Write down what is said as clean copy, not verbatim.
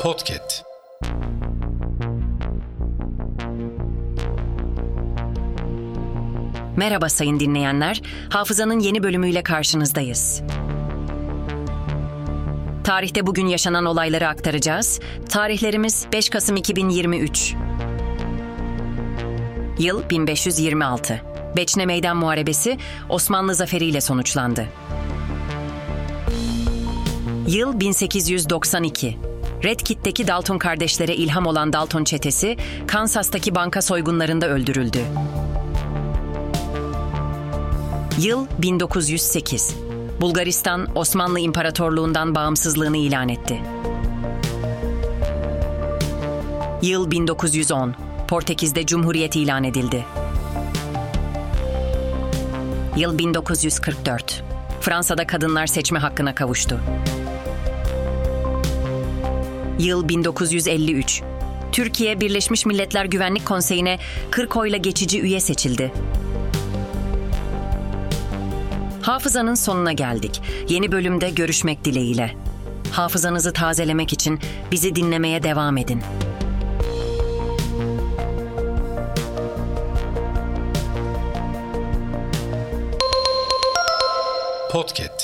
Podcast. Merhaba sayın dinleyenler, Hafızanın yeni bölümüyle karşınızdayız. Tarihte bugün yaşanan olayları aktaracağız. Tarihlerimiz 5 Kasım 2023. Yıl 1526. Beçne Meydan Muharebesi Osmanlı zaferiyle sonuçlandı. Yıl 1892. Red Kit'teki Dalton kardeşlere ilham olan Dalton çetesi, Kansas'taki banka soygunlarında öldürüldü. Yıl 1908. Bulgaristan, Osmanlı İmparatorluğundan bağımsızlığını ilan etti. Yıl 1910. Portekiz'de Cumhuriyet ilan edildi. Yıl 1944. Fransa'da kadınlar seçme hakkına kavuştu. Yıl 1953. Türkiye, Birleşmiş Milletler Güvenlik Konseyi'ne 40 oyla geçici üye seçildi. Hafızanın sonuna geldik. Yeni bölümde görüşmek dileğiyle. Hafızanızı tazelemek için bizi dinlemeye devam edin. Podcast.